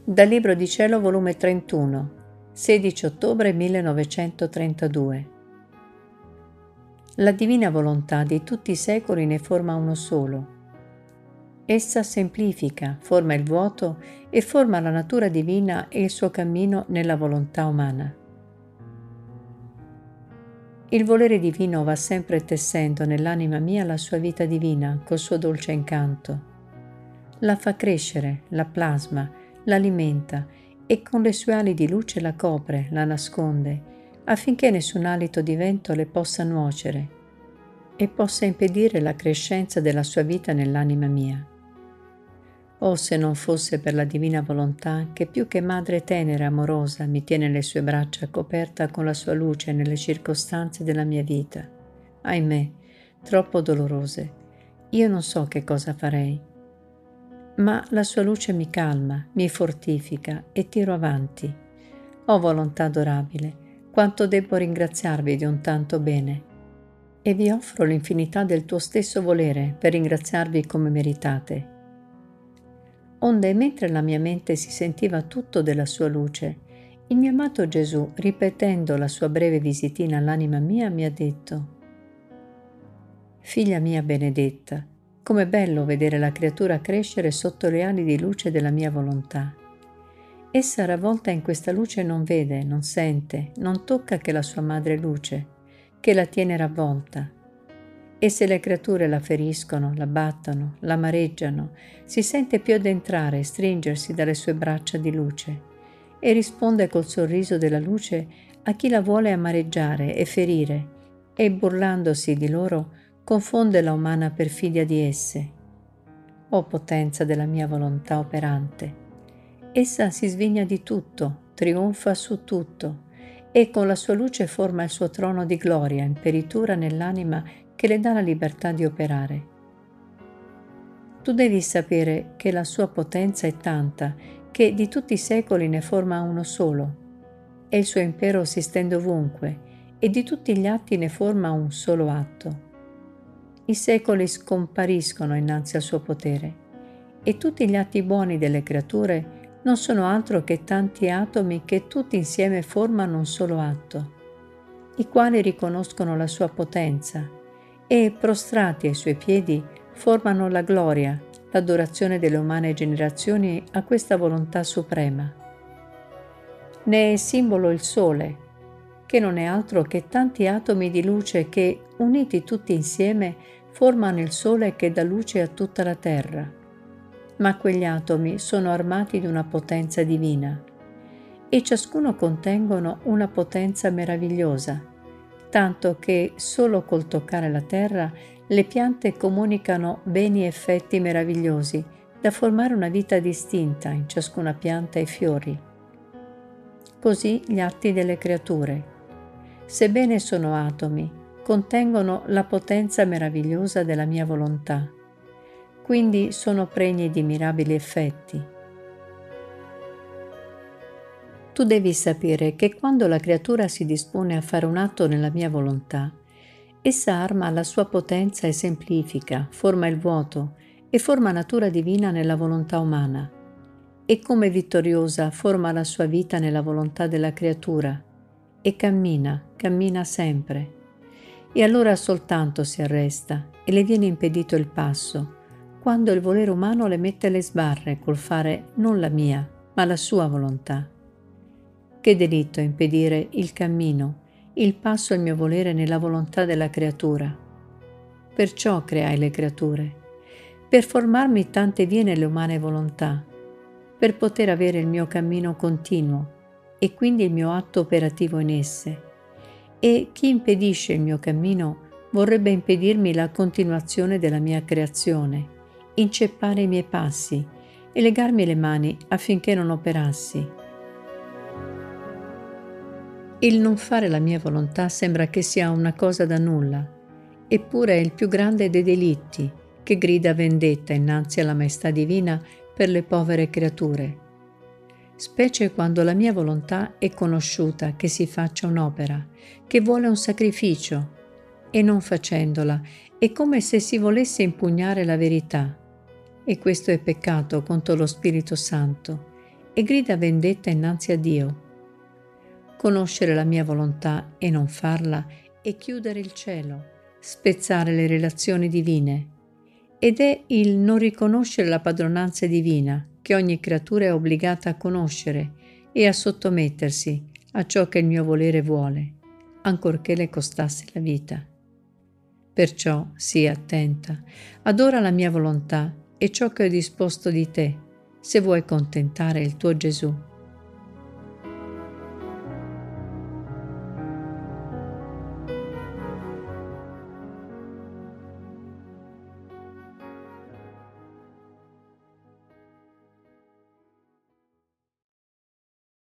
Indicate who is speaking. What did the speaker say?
Speaker 1: Dal Libro di Cielo, volume 31, 16 ottobre 1932. La divina volontà di tutti i secoli ne forma uno solo. Essa semplifica, forma il vuoto e forma la natura divina e il suo cammino nella volontà umana. Il volere divino va sempre tessendo nell'anima mia la sua vita divina col suo dolce incanto. La fa crescere, la plasma, l'alimenta e con le sue ali di luce la copre, la nasconde, affinché nessun alito di vento le possa nuocere e possa impedire la crescenza della sua vita nell'anima mia. Oh, se non fosse per la divina volontà che più che madre tenera e amorosa mi tiene le sue braccia coperta con la sua luce nelle circostanze della mia vita, ahimè, troppo dolorose, io non so che cosa farei. Ma la sua luce mi calma, mi fortifica e tiro avanti. Oh volontà adorabile, quanto debbo ringraziarvi di un tanto bene. E vi offro l'infinità del tuo stesso volere per ringraziarvi come meritate. Onde, mentre la mia mente si sentiva tutto della sua luce, il mio amato Gesù, ripetendo la sua breve visitina all'anima mia, mi ha detto: «Figlia mia benedetta, com'è bello vedere la creatura crescere sotto le ali di luce della mia volontà. Essa ravvolta in questa luce non vede, non sente, non tocca che la sua madre luce, che la tiene ravvolta. E se le creature la feriscono, la battono, la amareggiano, si sente più addentrare e stringersi dalle sue braccia di luce e risponde col sorriso della luce a chi la vuole amareggiare e ferire e, burlandosi di loro, confonde la umana perfidia di esse. O potenza della mia volontà operante! Essa si svigna di tutto, trionfa su tutto e con la sua luce forma il suo trono di gloria in peritura nell'anima che le dà la libertà di operare. Tu devi sapere che la sua potenza è tanta che di tutti i secoli ne forma uno solo e il suo impero si stende ovunque e di tutti gli atti ne forma un solo atto. I secoli scompariscono innanzi al suo potere e tutti gli atti buoni delle creature non sono altro che tanti atomi che tutti insieme formano un solo atto, i quali riconoscono la sua potenza e, prostrati ai suoi piedi, formano la gloria, l'adorazione delle umane generazioni a questa volontà suprema. Ne è simbolo il Sole, che non è altro che tanti atomi di luce che, uniti tutti insieme, formano il Sole che dà luce a tutta la terra. Ma quegli atomi sono armati di una potenza divina e ciascuno contengono una potenza meravigliosa, tanto che solo col toccare la terra le piante comunicano beni e effetti meravigliosi da formare una vita distinta in ciascuna pianta e fiori. Così gli atti delle creature, sebbene sono atomi, contengono la potenza meravigliosa della mia volontà, quindi sono pregni di mirabili effetti. Tu devi sapere che quando la creatura si dispone a fare un atto nella mia volontà, essa arma la sua potenza e semplifica, forma il vuoto e forma natura divina nella volontà umana, e come vittoriosa forma la sua vita nella volontà della creatura e cammina sempre. E allora soltanto si arresta e le viene impedito il passo, quando il volere umano le mette le sbarre col fare non la mia, ma la sua volontà. Che delitto impedire il cammino, il passo al mio volere nella volontà della creatura. Perciò creai le creature, per formarmi tante vie nelle umane volontà, per poter avere il mio cammino continuo e quindi il mio atto operativo in esse. E chi impedisce il mio cammino vorrebbe impedirmi la continuazione della mia creazione, inceppare i miei passi e legarmi le mani affinché non operassi. Il non fare la mia volontà sembra che sia una cosa da nulla, eppure è il più grande dei delitti, che grida vendetta innanzi alla maestà divina per le povere creature. Specie quando la mia volontà è conosciuta che si faccia un'opera, che vuole un sacrificio, e non facendola è come se si volesse impugnare la verità. E questo è peccato contro lo Spirito Santo, e grida vendetta innanzi a Dio. Conoscere la mia volontà e non farla è chiudere il cielo, spezzare le relazioni divine. Ed è il non riconoscere la padronanza divina che ogni creatura è obbligata a conoscere e a sottomettersi a ciò che il mio volere vuole, ancorché le costasse la vita. Perciò sii attenta, adora la mia volontà e ciò che ho disposto di te, se vuoi contentare il tuo Gesù.